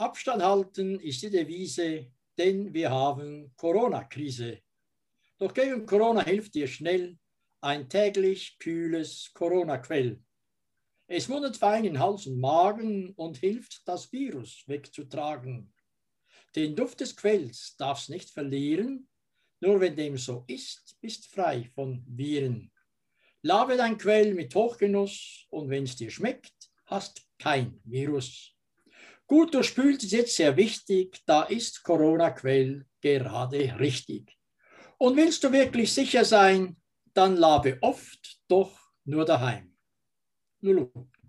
Abstand halten ist die Devise, denn wir haben Corona-Krise. Doch gegen Corona hilft dir schnell ein täglich kühles Corona-Quell. Es mundet fein in Hals und Magen und hilft, das Virus wegzutragen. Den Duft des Quells darfst nicht verlieren, nur wenn dem so ist, bist frei von Viren. Labe dein Quell mit Hochgenuss und wenn es dir schmeckt, hast kein Virus. Gut durchspült ist jetzt sehr wichtig, da ist Corona-Quell gerade richtig. Und willst du wirklich sicher sein, dann labe oft, doch nur daheim. Lulu.